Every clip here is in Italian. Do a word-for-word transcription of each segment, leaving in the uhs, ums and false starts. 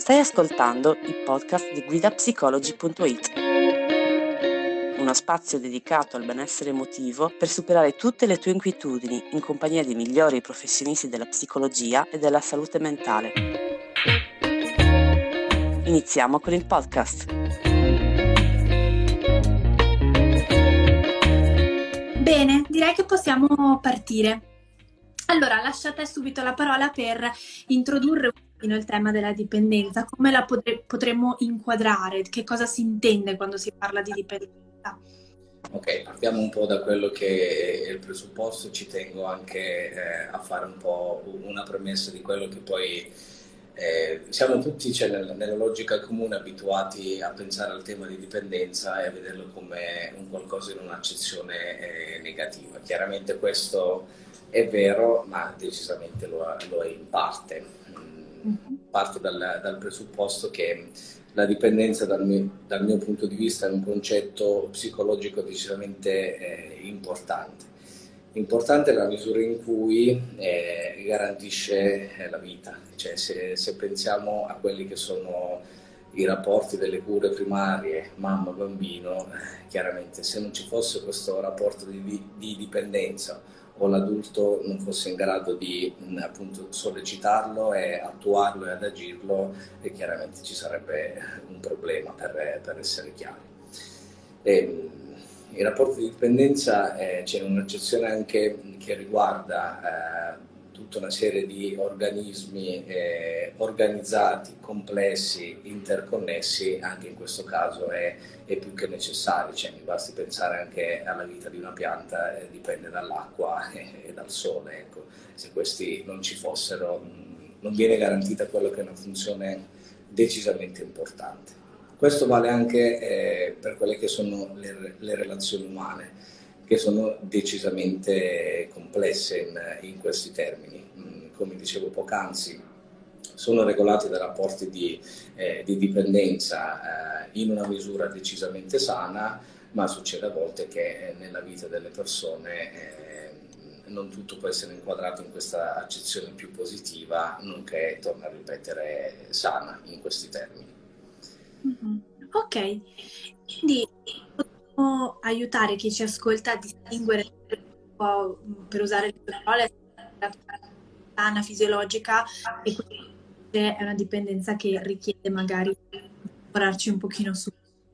Stai ascoltando il podcast di guida psicologi punto it, uno spazio dedicato al benessere emotivo per superare tutte le tue inquietudini in compagnia dei migliori professionisti della psicologia e della salute mentale. Iniziamo con il podcast. Bene, direi che possiamo partire. Allora, lascio a te subito la parola per introdurre un pochino il tema della dipendenza. Come la potre- potremmo inquadrare? Che cosa si intende quando si parla di dipendenza? Ok, partiamo un po' da quello che è il presupposto. Ci tengo anche eh, a fare un po' una premessa di quello che poi eh, siamo tutti, cioè, nella, nella logica comune, abituati a pensare al tema di dipendenza e a vederlo come un qualcosa in un'accezione eh, negativa. Chiaramente questo è vero, ma decisamente lo, lo è in parte. Mm, Parto dal, dal presupposto che la dipendenza dal mio, dal mio punto di vista è un concetto psicologico decisamente eh, importante. Importante nella misura in cui eh, garantisce eh, la vita. Cioè, se, se pensiamo a quelli che sono i rapporti delle cure primarie mamma-bambino, eh, chiaramente se non ci fosse questo rapporto di, di dipendenza o l'adulto non fosse in grado di mh, appunto sollecitarlo e attuarlo e ad agirlo, e chiaramente ci sarebbe un problema, per, per essere chiari. E, il rapporto di dipendenza eh, c'è un'accezione anche che riguarda eh, tutta una serie di organismi eh, organizzati, complessi, interconnessi. Anche in questo caso è, è più che necessario, cioè, mi basti pensare anche alla vita di una pianta, eh, dipende dall'acqua e, e dal sole, ecco. Se questi non ci fossero mh, non viene garantita quella che è una funzione decisamente importante. Questo vale anche eh, per quelle che sono le, le relazioni umane, che sono decisamente complesse in, in questi termini. Mm, come dicevo poc'anzi, sono regolate da rapporti di, eh, di dipendenza eh, in una misura decisamente sana, ma succede a volte che nella vita delle persone eh, non tutto può essere inquadrato in questa accezione più positiva, nonché, torno a ripetere, sana in questi termini. Mm-hmm. Ok, quindi possiamo aiutare chi ci ascolta a distinguere un po', per usare le tue parole, la sana fisiologica e quella è una dipendenza che richiede magari di lavorarci un pochino su.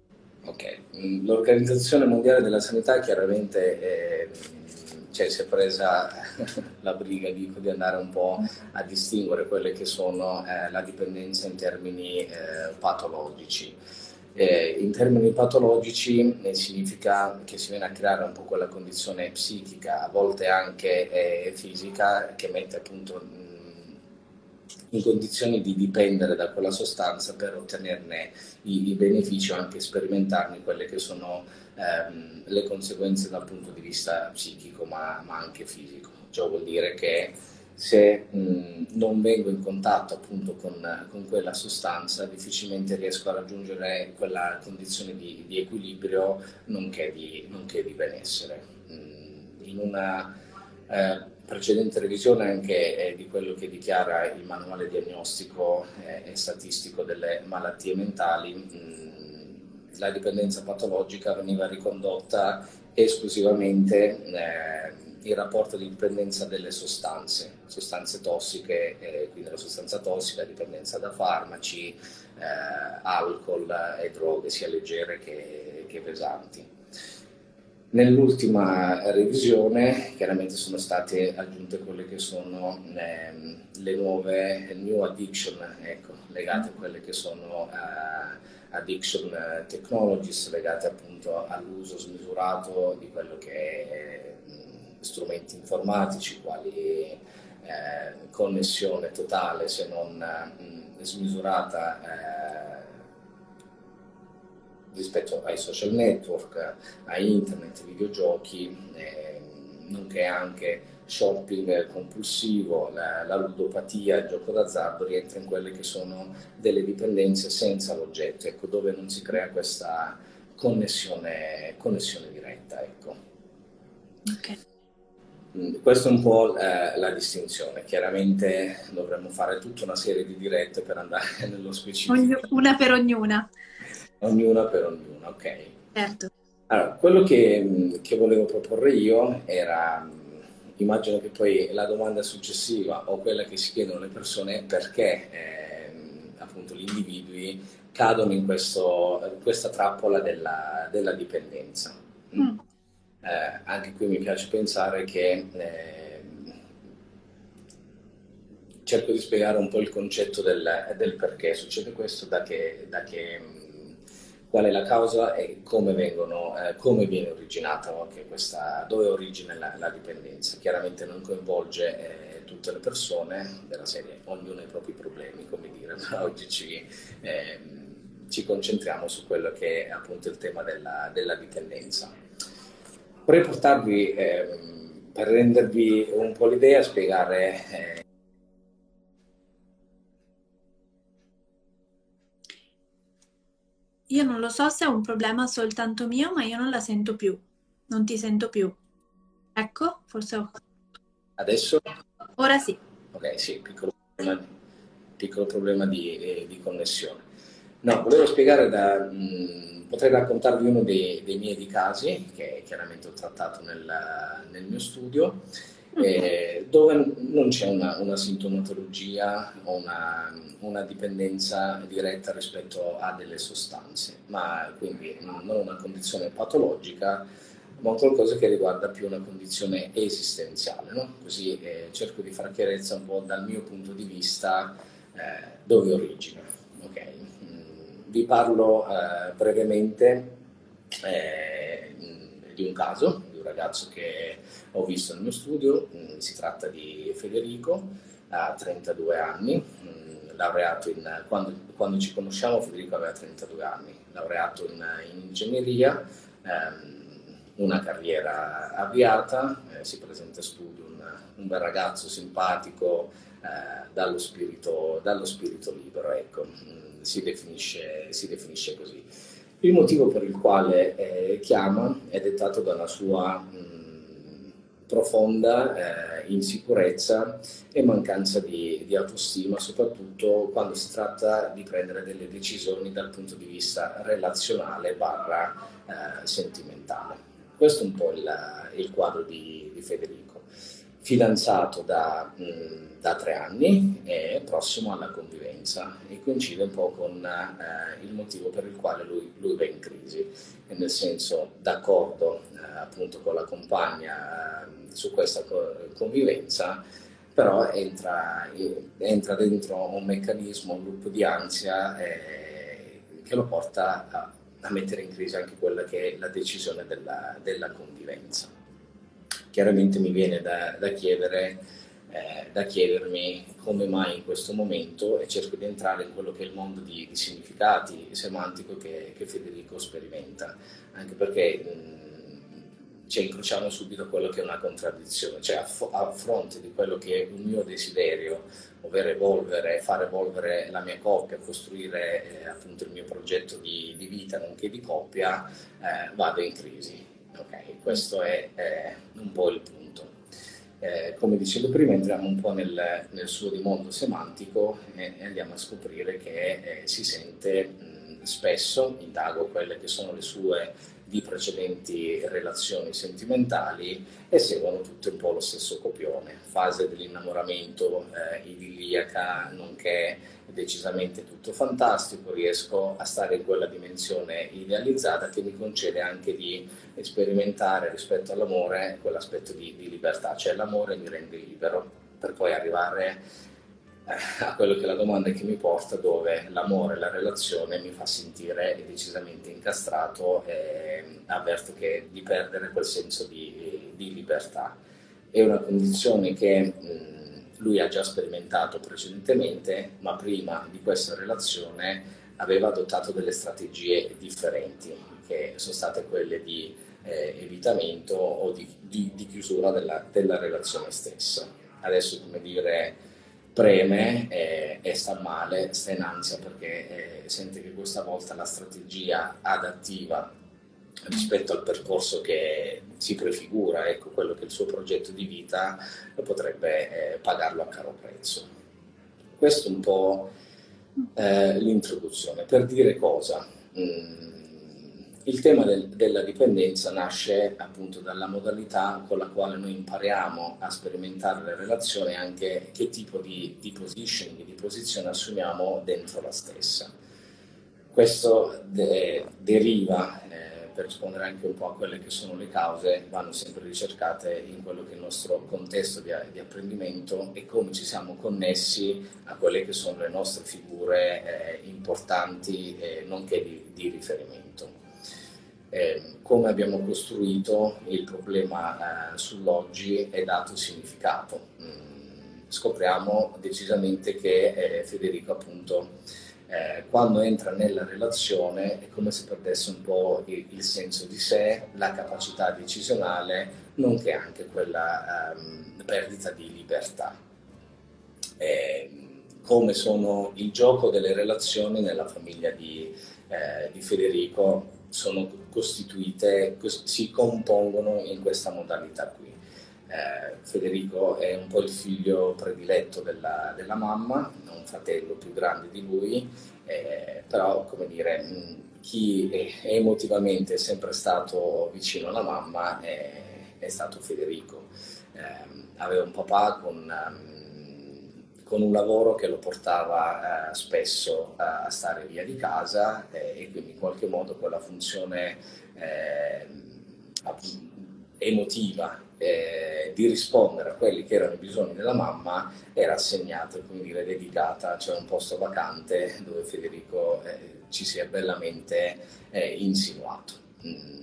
Ok, l'Organizzazione Mondiale della Sanità chiaramente è, cioè, si è presa la briga, dico, di andare un po' a distinguere quelle che sono eh, la dipendenza in termini eh, patologici. Eh, in termini patologici eh, significa che si viene a creare un po' quella condizione psichica, a volte anche eh, fisica, che mette appunto mh, in condizioni di dipendere da quella sostanza per ottenerne i, i benefici o anche sperimentarne quelle che sono ehm, le conseguenze dal punto di vista psichico, ma, ma anche fisico. Ciò vuol dire che se mh, non vengo in contatto appunto con, con quella sostanza, difficilmente riesco a raggiungere quella condizione di, di equilibrio, nonché di, nonché di benessere. Mh, in una eh, precedente revisione anche eh, di quello che dichiara il manuale diagnostico eh, e statistico delle malattie mentali, mh, la dipendenza patologica veniva ricondotta esclusivamente eh, il rapporto di dipendenza delle sostanze, sostanze tossiche, eh, quindi la sostanza tossica, dipendenza da farmaci, eh, alcol e droghe, sia leggere che, che pesanti. Nell'ultima revisione chiaramente sono state aggiunte quelle che sono ehm, le nuove new addiction, ecco, legate a quelle che sono uh, addiction technologies, legate appunto all'uso smisurato di quello che è strumenti informatici, quali eh, connessione totale, se non mh, smisurata, eh, rispetto ai social network, a internet, videogiochi, eh, nonché anche shopping compulsivo, la, la ludopatia, il gioco d'azzardo rientra in quelle che sono delle dipendenze senza l'oggetto, ecco, dove non si crea questa connessione, connessione diretta, ecco. Ok. Questa è un po' eh, la distinzione. Chiaramente dovremmo fare tutta una serie di dirette per andare nello specifico. Ogni- una per ognuna. Ognuna per ognuna, ok. Certo. Allora, quello che, che volevo proporre io era, immagino che poi la domanda successiva o quella che si chiedono le persone è perché eh, appunto gli individui cadono in questo, questa trappola della, della dipendenza. Mm. Eh, anche qui mi piace pensare che eh, cerco di spiegare un po' il concetto del, del perché succede questo, da che, da che, qual è la causa e come, vengono, eh, come viene originata, no? Che questa, dove origina la, la dipendenza. Chiaramente non coinvolge eh, tutte le persone della serie, ognuno ha i propri problemi, come dire, ma oggi ci, eh, ci concentriamo su quello che è appunto il tema della, della dipendenza. Vorrei portarvi, eh, per rendervi un po' l'idea, a spiegare... Eh... Io non lo so se è un problema soltanto mio, ma io non la sento più. Non ti sento più. Ecco, forse ho... Adesso? Ora sì. Ok, sì, piccolo problema, piccolo problema di, eh, di connessione. No, volevo spiegare da... Mh, potrei raccontarvi uno dei, dei miei di casi, che chiaramente ho trattato nel, nel mio studio, eh, dove non c'è una, una sintomatologia o una, una dipendenza diretta rispetto a delle sostanze, ma quindi non una condizione patologica, ma qualcosa che riguarda più una condizione esistenziale, no? Così eh, cerco di fare chiarezza un po' dal mio punto di vista eh, dove origina. Okay. Vi parlo eh, brevemente eh, di un caso, di un ragazzo che ho visto nel mio studio. Si tratta di Federico, ha trentadue anni, mh, laureato in, quando, quando ci conosciamo Federico aveva trentadue anni, laureato in, in ingegneria, ehm, una carriera avviata, eh, si presenta a studio un, un bel ragazzo simpatico, eh, dallo, spirito, dallo spirito libero, ecco. Si definisce, si definisce così. Il motivo per il quale eh, chiama è dettato da una sua mh, profonda eh, insicurezza e mancanza di, di autostima, soprattutto quando si tratta di prendere delle decisioni dal punto di vista relazionale barra eh, sentimentale. Questo è un po' il, il quadro di, di Federico. Fidanzato da, mh, da tre anni e prossimo alla convivenza, e coincide un po' con eh, il motivo per il quale lui, lui va in crisi, e nel senso d'accordo eh, appunto con la compagna eh, su questa co- convivenza, però entra, entra dentro un meccanismo, un loop di ansia eh, che lo porta a, a mettere in crisi anche quella che è la decisione della, della convivenza. Chiaramente mi viene da, da, chiedere, eh, da chiedermi come mai in questo momento, e cerco di entrare in quello che è il mondo di, di significati semantico che, che Federico sperimenta, anche perché mh, ci incrociamo subito quello che è una contraddizione, cioè a, fo- a fronte di quello che è un mio desiderio, ovvero evolvere, far evolvere la mia coppia, costruire eh, appunto il mio progetto di, di vita nonché di coppia, eh, vado in crisi. Ok, questo è eh, un po' il punto. Eh, come dicevo prima, entriamo un po' nel, nel suo di mondo semantico e, e andiamo a scoprire che eh, si sente mh, spesso, indago quelle che sono le sue di precedenti relazioni sentimentali e seguono tutte un po' lo stesso copione. Fase dell'innamoramento eh, idilliaca, nonché decisamente tutto fantastico, riesco a stare in quella dimensione idealizzata che mi concede anche di sperimentare rispetto all'amore quell'aspetto di, di libertà, cioè l'amore mi rende libero, per poi arrivare eh, a quello che è la domanda che mi porta, dove l'amore, la relazione mi fa sentire decisamente incastrato e avverto che di perdere quel senso di, di libertà. È una condizione che mh, lui ha già sperimentato precedentemente, ma prima di questa relazione aveva adottato delle strategie differenti, che sono state quelle di eh, evitamento o di, di, di chiusura della, della relazione stessa. Adesso, come dire, preme eh, e sta male, sta in ansia perché eh, sente che questa volta la strategia adattiva rispetto al percorso che si prefigura, ecco, quello che è il suo progetto di vita, potrebbe eh, pagarlo a caro prezzo. Questo è un po' eh, l'introduzione. Per dire cosa? Mm, il tema del, della dipendenza nasce appunto dalla modalità con la quale noi impariamo a sperimentare le relazioni e anche che tipo di, di positioning, di posizione assumiamo dentro la stessa. Questo de- deriva, eh, per rispondere anche un po' a quelle che sono le cause, vanno sempre ricercate in quello che è il nostro contesto di, di apprendimento e come ci siamo connessi a quelle che sono le nostre figure eh, importanti, eh, nonché di, di riferimento. Eh, come abbiamo costruito il problema eh, sull'oggi e dato significato. Mm, scopriamo decisamente che eh, Federico appunto eh, quando entra nella relazione è come se perdesse un po' il, il senso di sé, la capacità decisionale, nonché anche quella ehm, perdita di libertà. Eh, come sono il gioco delle relazioni nella famiglia di, eh, di Federico sono costituite, si compongono in questa modalità qui. Eh, Federico è un po' il figlio prediletto della, della mamma, un fratello più grande di lui, eh, però come dire, mh, chi è, è emotivamente sempre stato vicino alla mamma è, è stato Federico. Eh, aveva un papà con... Um, con un lavoro che lo portava eh, spesso a, a stare via di casa eh, e quindi in qualche modo quella funzione eh, emotiva eh, di rispondere a quelli che erano i bisogni della mamma era assegnata, come dire, dedicata, cioè un posto vacante dove Federico eh, ci si è bellamente eh, insinuato. Mm.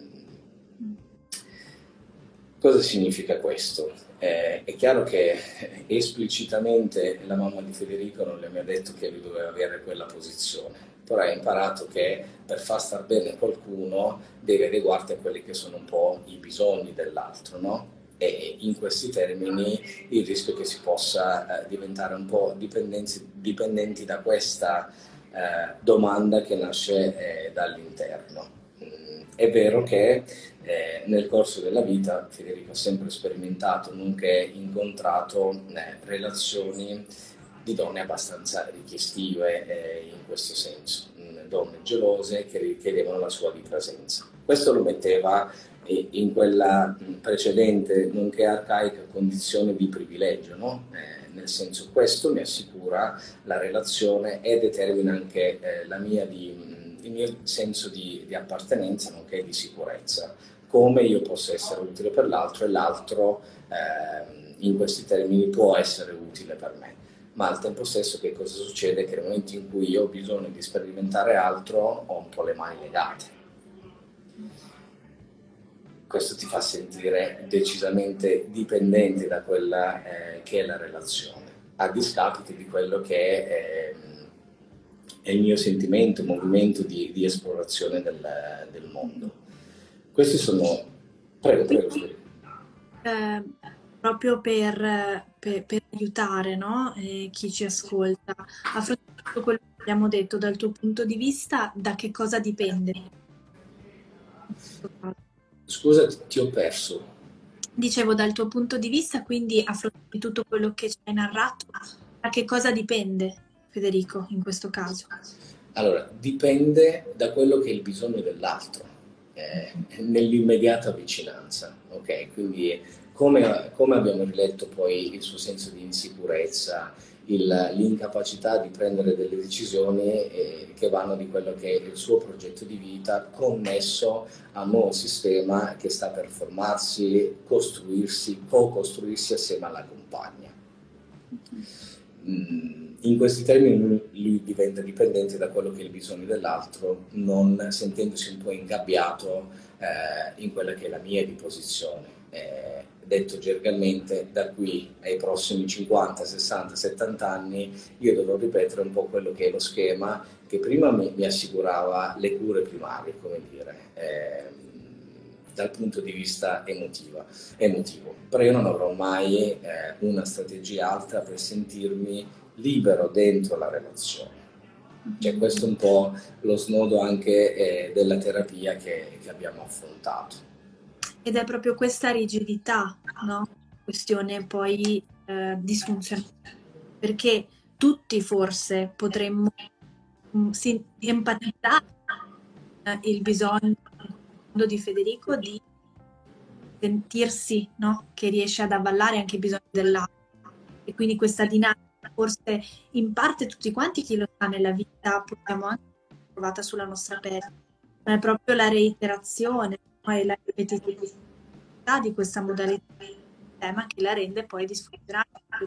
Cosa significa questo? Eh, è chiaro che esplicitamente la mamma di Federico non le ha mai detto che lui doveva avere quella posizione, però ha imparato che per far star bene qualcuno deve adeguarti a quelli che sono un po' i bisogni dell'altro, no? E in questi termini il rischio è che si possa eh, diventare un po' dipendenti, dipendenti da questa eh, domanda che nasce eh, dall'interno. Mm, è vero che Eh, nel corso della vita Federico ha sempre sperimentato, nonché incontrato eh, relazioni di donne abbastanza richiestive eh, in questo senso, mh, donne gelose che richiedevano la sua di presenza. Questo lo metteva eh, in quella precedente, nonché arcaica condizione di privilegio, no? Eh, nel senso, questo mi assicura la relazione e determina anche eh, la mia di il mio senso di, di appartenenza, nonché di sicurezza, come io posso essere utile per l'altro e l'altro eh, in questi termini può essere utile per me. Ma al tempo stesso che cosa succede? Che nel momento in cui io ho bisogno di sperimentare altro ho un po' le mani legate. Questo ti fa sentire decisamente dipendente da quella eh, che è la relazione, a discapito di quello che è eh, è il mio sentimento, movimento di, di esplorazione del, del mondo. Questi sono... Prego, prego. Eh, proprio per, per, per aiutare, no? eh, chi ci ascolta, affrontare tutto quello che abbiamo detto dal tuo punto di vista, da che cosa dipende? Scusa, ti ho perso. Dicevo, dal tuo punto di vista, quindi affrontare tutto quello che ci hai narrato, da che cosa dipende? Federico, in questo caso? Allora, dipende da quello che è il bisogno dell'altro, eh, nell'immediata vicinanza, ok? Quindi come, come abbiamo riletto poi il suo senso di insicurezza, il, l'incapacità di prendere delle decisioni eh, che vanno di quello che è il suo progetto di vita connesso a un nuovo sistema che sta per formarsi, costruirsi, co-costruirsi assieme alla compagna. Mm. In questi termini lui diventa dipendente da quello che è il bisogno dell'altro, non sentendosi un po' ingabbiato eh, in quella che è la mia di posizione. Eh, detto gergalmente, da qui ai prossimi cinquanta, sessanta, settanta anni io dovrò ripetere un po' quello che è lo schema che prima mi, mi assicurava le cure primarie, come dire, eh, dal punto di vista emotiva, emotivo. Però io non avrò mai eh, una strategia altra per sentirmi libero dentro la relazione. Cioè, questo è un po' lo snodo anche eh, della terapia che, che abbiamo affrontato. Ed è proprio questa rigidità, no? Questione poi eh, disfunzionale, perché tutti forse potremmo mh, sì, empatizzare eh, il bisogno di Federico di sentirsi, no? Che riesce ad avvallare anche i bisogni dell'altro. E quindi questa dinamica, forse in parte tutti quanti chi lo sa nella vita possiamo anche provata sulla nostra pelle, ma è proprio la reiterazione, no? E la ripetitività di questa modalità di sistema che la rende poi disfunzionale,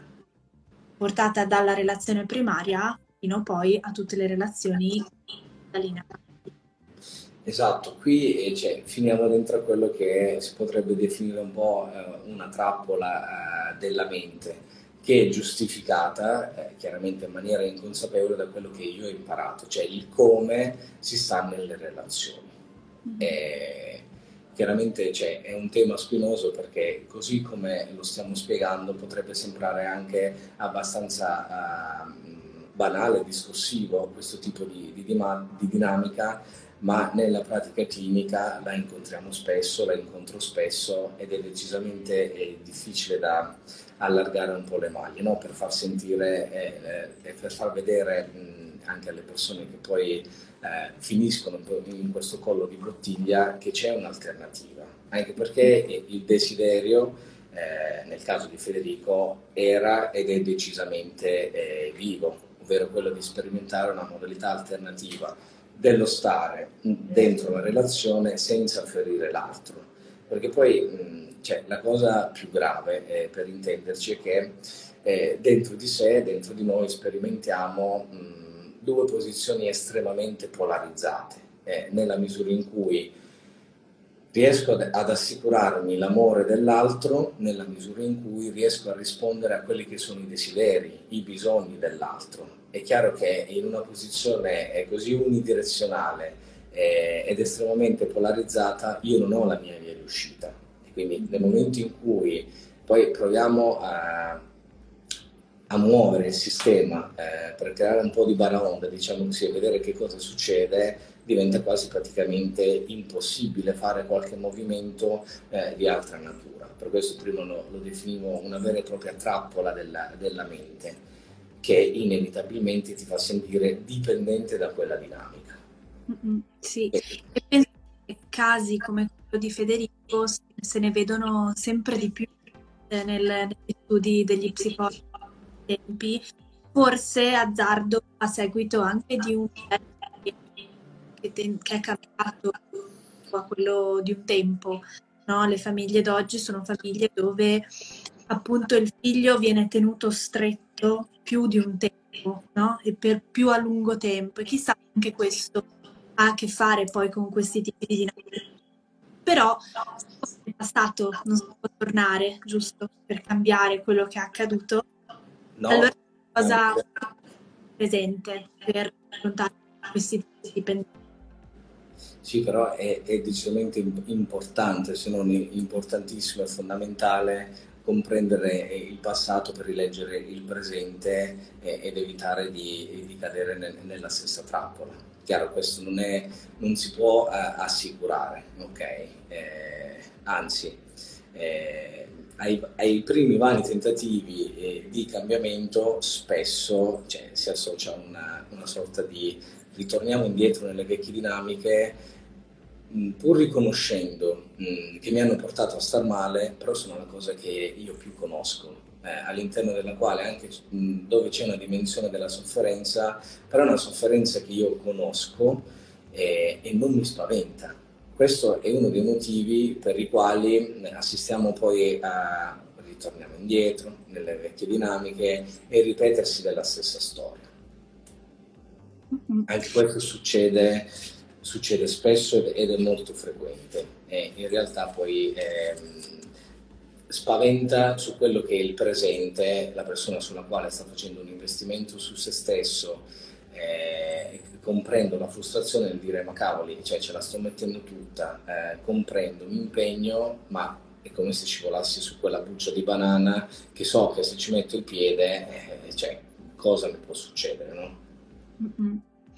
portata dalla relazione primaria fino poi a tutte le relazioni da lì in avanti. Esatto, qui eh, cioè, finiamo dentro a quello che si potrebbe definire un po' eh, una trappola eh, della mente, che è giustificata eh, chiaramente in maniera inconsapevole da quello che io ho imparato, cioè il come si sta nelle relazioni. Mm-hmm. E, chiaramente cioè, è un tema spinoso perché così come lo stiamo spiegando potrebbe sembrare anche abbastanza uh, banale, discorsivo questo tipo di, di, di dinamica, ma nella pratica clinica la incontriamo spesso, la incontro spesso ed è decisamente è difficile da allargare un po' le maglie, no? Per far sentire e eh, per far vedere mh, anche alle persone che poi eh, finiscono in questo collo di bottiglia che c'è un'alternativa, anche perché il desiderio eh, nel caso di Federico era ed è decisamente eh, vivo, ovvero quello di sperimentare una modalità alternativa dello stare dentro la relazione senza ferire l'altro, perché poi mh, cioè, la cosa più grave eh, per intenderci è che eh, dentro di sé, dentro di noi sperimentiamo mh, due posizioni estremamente polarizzate, eh, nella misura in cui riesco ad, ad assicurarmi l'amore dell'altro, nella misura in cui riesco a rispondere a quelli che sono i desideri, i bisogni dell'altro. È chiaro che in una posizione così unidirezionale eh, ed estremamente polarizzata io non ho la mia via di uscita. E quindi nel momento in cui poi proviamo a, a muovere il sistema eh, per creare un po' di baraonda, diciamo così, e vedere che cosa succede, diventa quasi praticamente impossibile fare qualche movimento eh, di altra natura. Per questo prima lo, lo definivo una vera e propria trappola della, della mente, che inevitabilmente ti fa sentire dipendente da quella dinamica. Mm-hmm, sì, e penso che casi come quello di Federico se ne vedono sempre di più eh, nel, negli studi degli psicologi tempi, forse azzardo a seguito anche di un che, te, che è cambiato a quello di un tempo, no? Le famiglie d'oggi sono famiglie dove appunto il figlio viene tenuto stretto più di un tempo, no? E per più a lungo tempo, e chissà anche questo ha a che fare poi con questi tipi di dinamiche. Però il passato non si può tornare, giusto, per cambiare quello che è accaduto. No, allora cosa è presente per affrontare questi tipi di dipendenza? Sì, però è, è decisamente importante, se non importantissimo e fondamentale, comprendere il passato per rileggere il presente eh, ed evitare di, di cadere nel, nella stessa trappola. Chiaro, questo non, è, non si può eh, assicurare, ok? Eh, anzi, eh, ai, ai primi vani tentativi eh, di cambiamento spesso cioè, si associa una, una sorta di ritorniamo indietro nelle vecchie dinamiche, pur riconoscendo mh, che mi hanno portato a star male, però sono la cosa che io più conosco, eh, all'interno della quale anche mh, dove c'è una dimensione della sofferenza, però è una sofferenza che io conosco eh, e non mi spaventa. Questo è uno dei motivi per i quali assistiamo poi a ritorniamo indietro nelle vecchie dinamiche e il ripetersi della stessa storia. Anche questo succede, succede spesso ed è molto frequente e in realtà poi ehm, spaventa su quello che è il presente, la persona sulla quale sta facendo un investimento su se stesso, eh, comprendo la frustrazione nel dire ma cavoli, cioè ce la sto mettendo tutta, eh, comprendo, mi impegno, ma è come se ci volassi su quella buccia di banana che so che se ci metto il piede, eh, cioè cosa mi può succedere, no? Mm-hmm.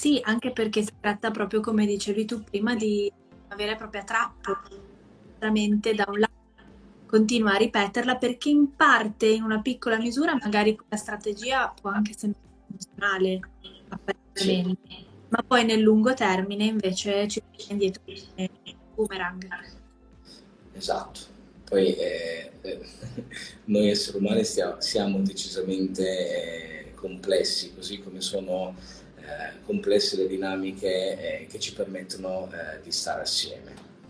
Sì, anche perché si tratta proprio, come dicevi tu prima, di una vera e propria trappola, veramente da un lato continua a ripeterla perché in parte, in una piccola misura, magari quella strategia può anche sembrare funzionale apparentemente, sì, ma poi nel lungo termine invece ci viene indietro come boomerang. Esatto. Poi eh, eh, noi esseri umani stiamo, siamo decisamente eh, complessi, così come sono eh, complesse le dinamiche eh, che ci permettono eh, di stare assieme.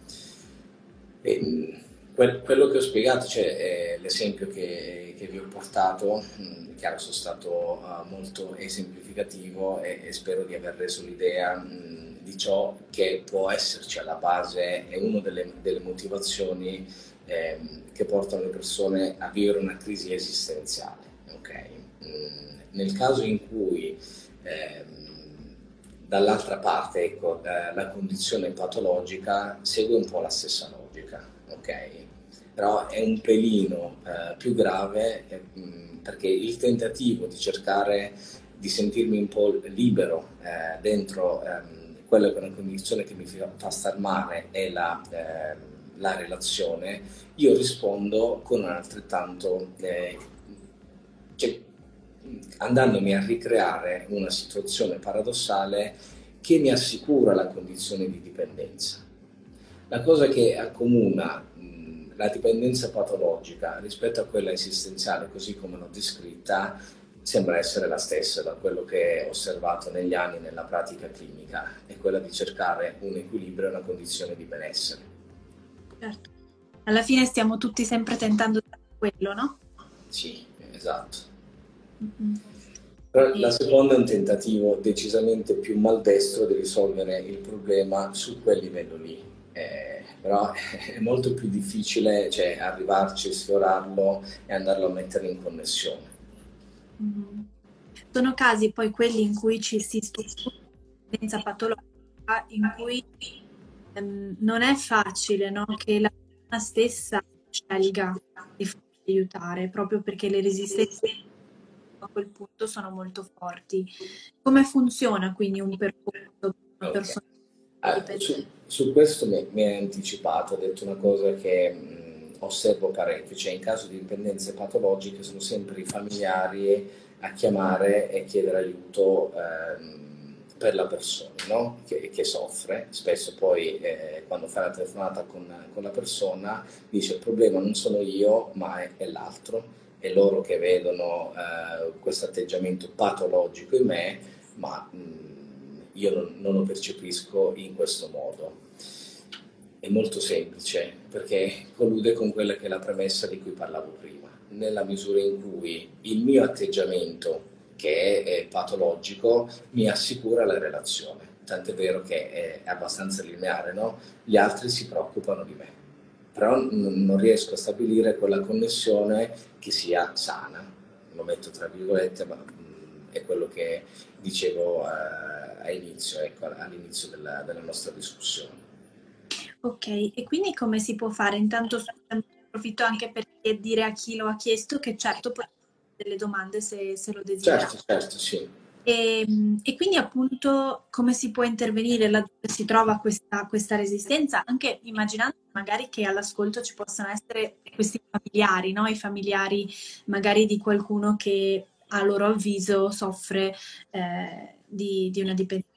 E, quel, quello che ho spiegato, cioè eh, l'esempio che, che vi ho portato, mh, chiaro, sono stato uh, molto esemplificativo e, e spero di aver reso l'idea mh, di ciò che può esserci alla base e una delle, delle motivazioni eh, che portano le persone a vivere una crisi esistenziale. Okay? Mh, nel caso in cui eh, dall'altra parte, ecco, eh, la condizione patologica segue un po' la stessa logica, ok? Però è un pelino eh, più grave eh, mh, perché il tentativo di cercare di sentirmi un po' libero eh, dentro ehm, quella che è una condizione che mi fa star male è la, eh, la relazione, io rispondo con un altrettanto eh, cioè, andandomi a ricreare una situazione paradossale che mi assicura la condizione di dipendenza. La cosa che accomuna mh, la dipendenza patologica rispetto a quella esistenziale, così come l'ho descritta, sembra essere la stessa da quello che ho osservato negli anni nella pratica clinica, è quella di cercare un equilibrio e una condizione di benessere. Certo. Alla fine stiamo tutti sempre tentando di fare quello, no? Sì, esatto. Mm-hmm. Però la seconda è un tentativo decisamente più maldestro di risolvere il problema su quel livello lì. Eh, però è molto più difficile, cioè, arrivarci, sfiorarlo e andarlo a mettere in connessione. Mm-hmm. Sono casi poi quelli in cui ci si studia senza patologica, in cui ehm, non è facile, no, che la persona stessa scelga di farsi aiutare, proprio perché le resistenze a quel punto sono molto forti. Come funziona quindi un percorso per una Okay. persona Ah, su, su questo mi, mi hai anticipato, ho detto una cosa che mh, osservo parecchio, cioè in caso di dipendenze patologiche sono sempre i familiari a chiamare e chiedere aiuto ehm, per la persona, no? che, che soffre. Spesso poi eh, quando fai la telefonata con, con la persona dice il problema non sono io ma è, è l'altro, è loro che vedono eh, questo atteggiamento patologico in me, ma mh, io non, non lo percepisco in questo modo. È molto semplice perché collude con quella che è la premessa di cui parlavo prima. Nella misura in cui il mio atteggiamento, che è, è patologico, mi assicura la relazione. Tant'è vero che è abbastanza lineare, no? Gli altri si preoccupano di me, però n- non riesco a stabilire quella connessione che sia sana. Lo metto tra virgolette, ma mh, è quello che dicevo uh, a inizio, ecco, all'inizio della, della nostra discussione. Ok, e quindi come si può fare? Intanto approfitto anche per dire a chi lo ha chiesto che certo può fare delle domande se, se lo desidera. Certo, certo, sì. E, e quindi appunto come si può intervenire laddove si trova questa, questa resistenza, anche immaginando magari che all'ascolto ci possano essere questi familiari, no? I familiari magari di qualcuno che a loro avviso soffre eh, di, di una dipendenza.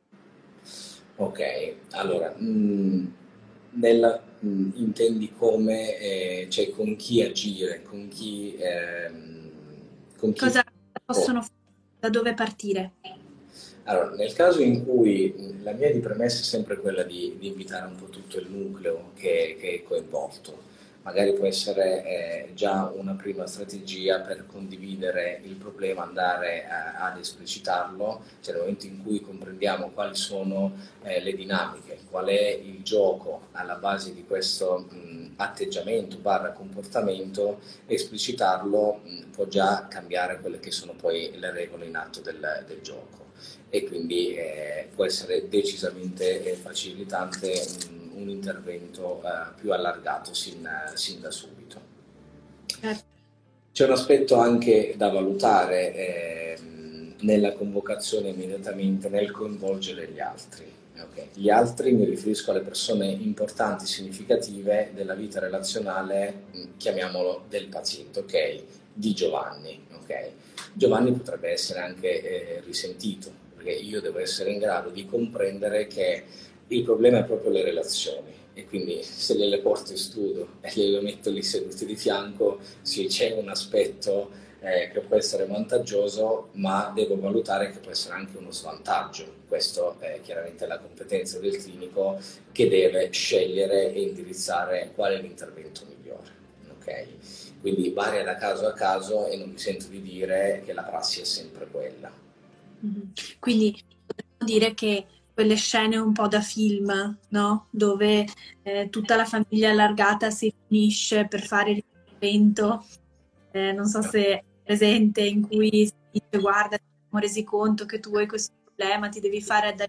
Ok, allora, mh, nella, mh, intendi come, eh, cioè con chi agire, con chi... ehm, con chi... Cosa possono fare? Da dove partire? Allora, nel caso in cui la mia di premessa è sempre quella di, di invitare un po' tutto il nucleo che, che è coinvolto, magari può essere eh, già una prima strategia per condividere il problema, andare a, ad esplicitarlo, cioè nel momento in cui comprendiamo quali sono eh, le dinamiche, qual è il gioco alla base di questo mh, atteggiamento barra comportamento, esplicitarlo mh, può già cambiare quelle che sono poi le regole in atto del, del gioco. E quindi eh, può essere decisamente eh, facilitante un, un intervento eh, più allargato sin, sin da subito. C'è un aspetto anche da valutare, eh, nella convocazione immediatamente, nel coinvolgere gli altri. Okay. Gli altri mi riferisco alle persone importanti, significative della vita relazionale, chiamiamolo del paziente, ok? Di Giovanni. Okay? Giovanni potrebbe essere anche eh, risentito, perché io devo essere in grado di comprendere che il problema è proprio le relazioni, e quindi se gliele porto in studio e gliele metto lì seduti di fianco, sì, c'è un aspetto eh, che può essere vantaggioso, ma devo valutare che può essere anche uno svantaggio. Questo è chiaramente la competenza del clinico, che deve scegliere e indirizzare qual è l'intervento migliore. Okay? Quindi varia da caso a caso, e non mi sento di dire che la prassi è sempre quella. Mm-hmm. Quindi potremmo dire che quelle scene un po' da film, no? Dove eh, tutta la famiglia allargata si riunisce per fare l'intervento, eh, non so se è presente, in cui si dice: guarda, ci siamo resi conto che tu hai questo problema, ti devi fare ad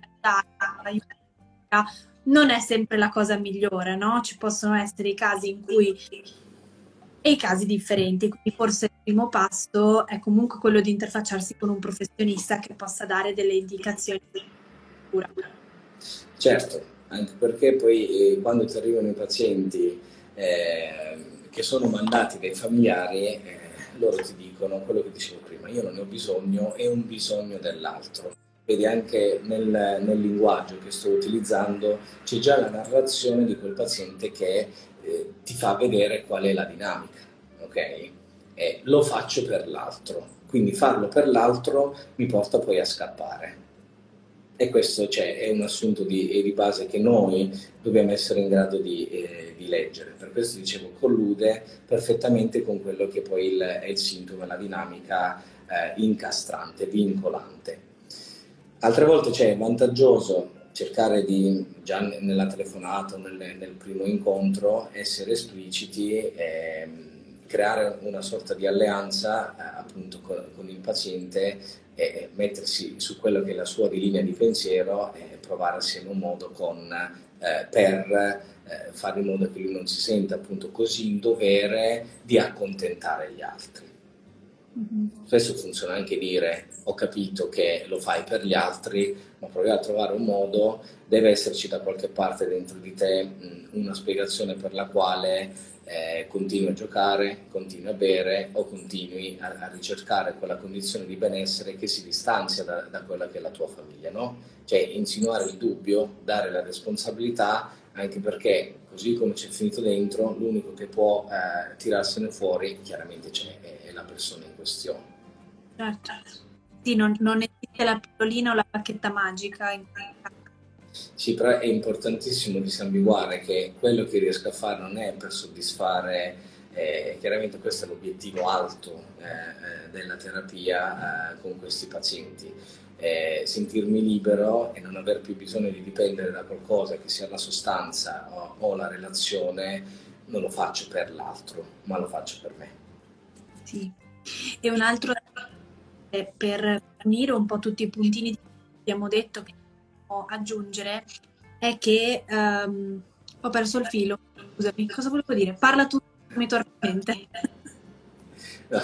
aiutare. Non è sempre la cosa migliore, no? Ci possono essere i casi in cui e i casi differenti, quindi forse il primo passo è comunque quello di interfacciarsi con un professionista che possa dare delle indicazioni di cura. Certo, anche perché poi eh, quando ti arrivano i pazienti eh, che sono mandati dai familiari, eh, loro ti dicono quello che dicevo prima: io non ne ho bisogno, è un bisogno dell'altro. Vedi, anche nel, nel linguaggio che sto utilizzando c'è già la narrazione di quel paziente che eh, ti fa vedere qual è la dinamica, ok? E lo faccio per l'altro, quindi farlo per l'altro mi porta poi a scappare. E questo, cioè, è un assunto di, di base che noi dobbiamo essere in grado di, eh, di leggere. Per questo dicevo, collude perfettamente con quello che poi il, è il sintomo, la dinamica eh, incastrante, vincolante. Altre volte c'è cioè, vantaggioso cercare di, già nella telefonata o nel, nel primo incontro, essere espliciti e creare una sorta di alleanza eh, appunto con, con il paziente, e mettersi su quello che è la sua linea di pensiero e provare assieme un modo con, eh, per eh, fare in modo che lui non si senta appunto così in dovere di accontentare gli altri. Mm-hmm. Spesso funziona anche dire: ho capito che lo fai per gli altri, ma provi a trovare un modo, deve esserci da qualche parte dentro di te mh, una spiegazione per la quale Eh, continui a giocare, continui a bere o continui a, a ricercare quella condizione di benessere che si distanzia da, da quella che è la tua famiglia, no? Cioè insinuare il dubbio, dare la responsabilità, anche perché così come c'è finito dentro, l'unico che può eh, tirarsene fuori chiaramente c'è, è, è la persona in questione. Certo. Sì, non, non esiste la pillolina o la bacchetta magica in quel caso. Sì, però è importantissimo disambiguare che quello che riesco a fare non è per soddisfare, eh, chiaramente questo è l'obiettivo alto eh, della terapia eh, con questi pazienti, eh, sentirmi libero e non aver più bisogno di dipendere da qualcosa, che sia la sostanza o, o la relazione. Non lo faccio per l'altro, ma lo faccio per me. Sì, e un altro è per unire un po' tutti i puntini che abbiamo detto, che aggiungere, è che um, ho perso il filo. Scusami, cosa volevo dire? Parla tu, mi torna in mente. No,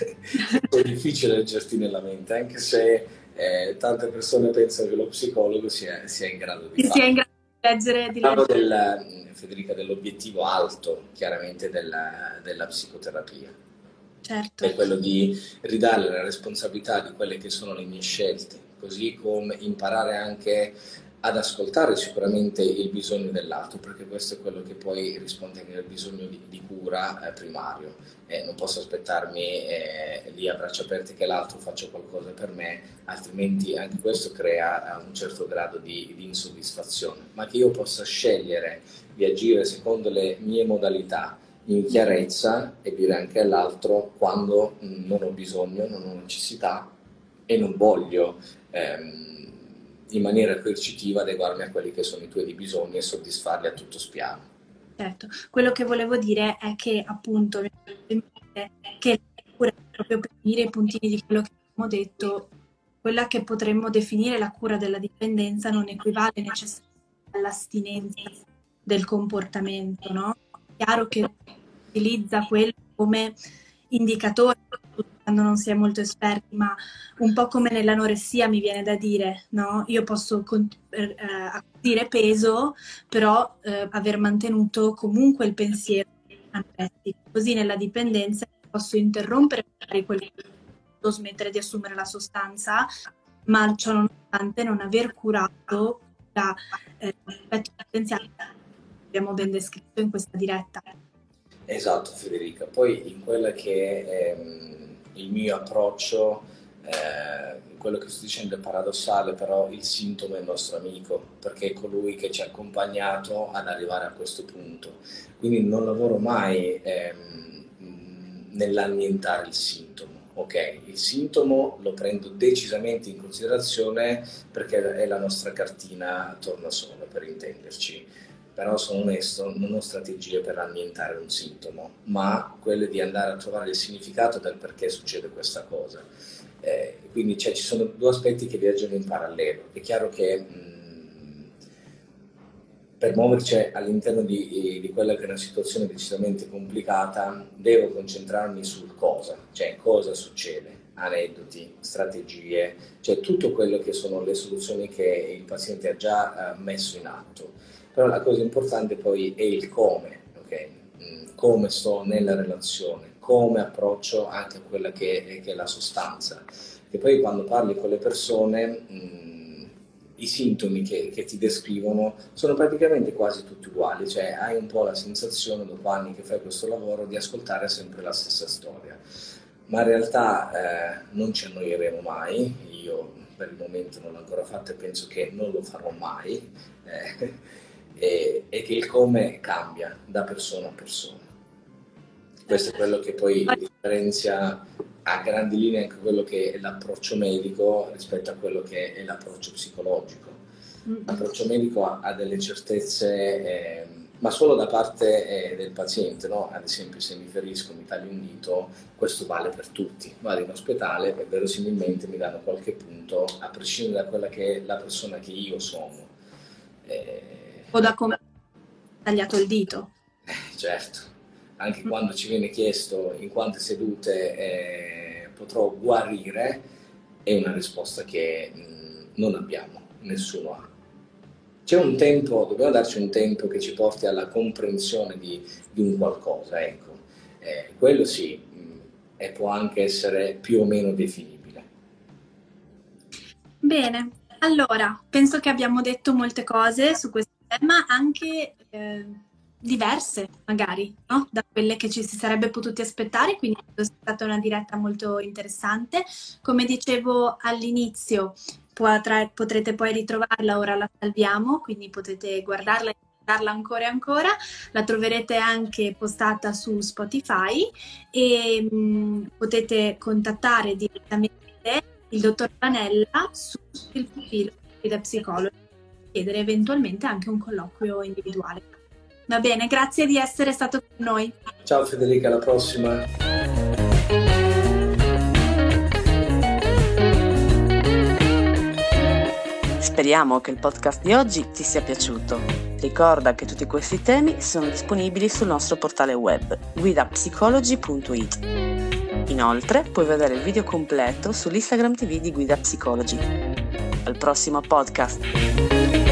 è difficile leggerti nella mente, anche se eh, tante persone pensano che lo psicologo sia, sia in grado di farlo. Sia in grado di leggere, di Parlo del, Federica, dell'obiettivo alto, chiaramente, della, della psicoterapia. Certo. È quello di ridare la responsabilità di quelle che sono le mie scelte, così come imparare anche ad ascoltare sicuramente il bisogno dell'altro, perché questo è quello che poi risponde al bisogno di, di cura eh, primario. Eh, non posso aspettarmi eh, lì a braccia aperte che l'altro faccia qualcosa per me, altrimenti anche questo crea un certo grado di, di insoddisfazione, ma che io possa scegliere di agire secondo le mie modalità in chiarezza e dire anche all'altro quando mh, non ho bisogno, non ho necessità e non voglio ehm, in maniera coercitiva adeguarmi a quelli che sono i tuoi bisogni e soddisfarli a tutto spiano. Certo, quello che volevo dire è che appunto che proprio per unire i puntini di quello che abbiamo detto, quella che potremmo definire la cura della dipendenza non equivale necessariamente all'astinenza del comportamento, no? È chiaro che utilizza quello come indicatore quando non si è molto esperti, ma un po' come nell'anoressia mi viene da dire, no? Io posso cont- eh, acquisire peso, però eh, aver mantenuto comunque il pensiero anoressico. Così nella dipendenza posso interrompere magari quel posso smettere di assumere la sostanza, ma ciò nonostante non aver curato l'aspetto eh, potenziale che abbiamo ben descritto in questa diretta. Esatto, Federica. Poi in quella che è ehm, il mio approccio, eh, quello che sto dicendo è paradossale, però il sintomo è il nostro amico, perché è colui che ci ha accompagnato ad arrivare a questo punto. Quindi non lavoro mai ehm, nell'annientare il sintomo. Ok, il sintomo lo prendo decisamente in considerazione perché è la nostra cartina tornasole, per intenderci. Però sono onesto, non ho strategie per annientare un sintomo, ma quelle di andare a trovare il significato del perché succede questa cosa. Eh, quindi cioè, ci sono due aspetti che viaggiano in parallelo. È chiaro che mh, per muoverci all'interno di, di quella che è una situazione decisamente complicata, devo concentrarmi sul cosa, cioè cosa succede, aneddoti, strategie, cioè tutto quello che sono le soluzioni che il paziente ha già uh, messo in atto. Però la cosa importante poi è il come, okay? Come sto nella relazione, come approccio anche a quella che è, che è la sostanza. E poi quando parli con le persone, mh, i sintomi che, che ti descrivono sono praticamente quasi tutti uguali, cioè hai un po' la sensazione, dopo anni che fai questo lavoro, di ascoltare sempre la stessa storia. Ma in realtà eh, non ci annoieremo mai, io per il momento non l'ho ancora fatto e penso che non lo farò mai. Eh, E, e che il come cambia da persona a persona. Questo è quello che poi differenzia a grandi linee anche quello che è l'approccio medico rispetto a quello che è l'approccio psicologico. L'approccio medico ha, ha delle certezze, eh, ma solo da parte eh, del paziente, no? Ad esempio, se mi ferisco, mi taglio un dito, questo vale per tutti. Vado in ospedale e verosimilmente mi danno qualche punto, a prescindere da quella che è la persona che io sono. Eh, O da come ho tagliato il dito. Eh, certo, anche mm. quando ci viene chiesto in quante sedute eh, potrò guarire, è una risposta che mh, non abbiamo, nessuno ha. C'è un tempo, dobbiamo darci un tempo che ci porti alla comprensione di, di un qualcosa, ecco. Eh, quello sì, mh, e può anche essere più o meno definibile. Bene, allora, penso che abbiamo detto molte cose su questo ma anche eh, diverse magari, no? Da quelle che ci si sarebbe potuti aspettare, quindi è stata una diretta molto interessante. Come dicevo all'inizio, potrà, potrete poi ritrovarla, ora la salviamo, quindi potete guardarla e guardarla ancora e ancora, la troverete anche postata su Spotify e mh, potete contattare direttamente il dottor Vanella sul profilo da psicologo, chiedere eventualmente anche un colloquio individuale. Va bene, grazie di essere stato con noi. Ciao Federica, alla prossima. Speriamo che il podcast di oggi ti sia piaciuto. Ricorda che tutti questi temi sono disponibili sul nostro portale web guida psicologi punto it. Inoltre puoi vedere il video completo sull'Instagram T V di Guida Psicologi. Al prossimo podcast!